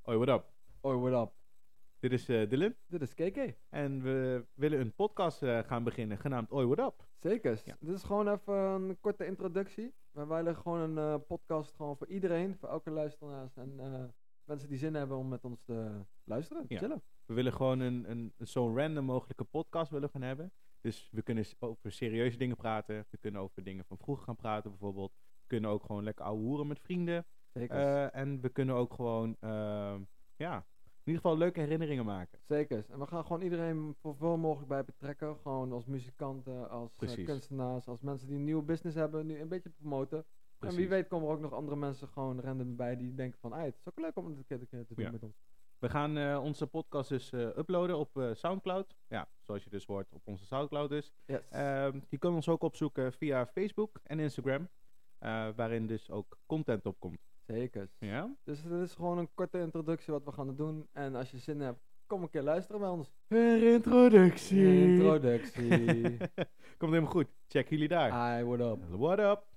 Hoi, what up? Hoi, what up? Dit is Dylan Dit is KK. en we willen een podcast gaan beginnen genaamd Hoi, what up? Zeker. Ja. Dit is gewoon even een korte introductie. Wij willen gewoon een podcast gewoon voor iedereen, voor elke luisteraars en mensen die zin hebben om met ons te luisteren, te Ja. chillen. We willen gewoon een zo'n random mogelijke podcast willen gaan hebben. Dus we kunnen over serieuze dingen praten. We kunnen over dingen van vroeger gaan praten bijvoorbeeld. We kunnen ook gewoon lekker ouwe hoeren met vrienden. Zeker. En we kunnen ook gewoon, in ieder geval leuke herinneringen maken. Zeker. En we gaan gewoon iedereen zoveel mogelijk bij betrekken. Gewoon als muzikanten, als Precies. kunstenaars, als mensen die een nieuwe business hebben, nu een beetje promoten. Precies. En wie weet komen er ook nog andere mensen gewoon random bij die denken van, het is ook leuk om het een keer te doen Ja. met ons. We gaan onze podcast dus uploaden op Soundcloud. Ja, zoals je dus hoort op onze Soundcloud dus. Yes. Je kan ons ook opzoeken via Facebook en Instagram. Waarin dus ook content op komt. Zeker. Ja? Dus dit is gewoon een korte introductie wat we gaan doen. En als je zin hebt, kom een keer luisteren bij ons. Herintroductie. Introductie. Komt helemaal goed. Check jullie daar. Hi, what up? What up?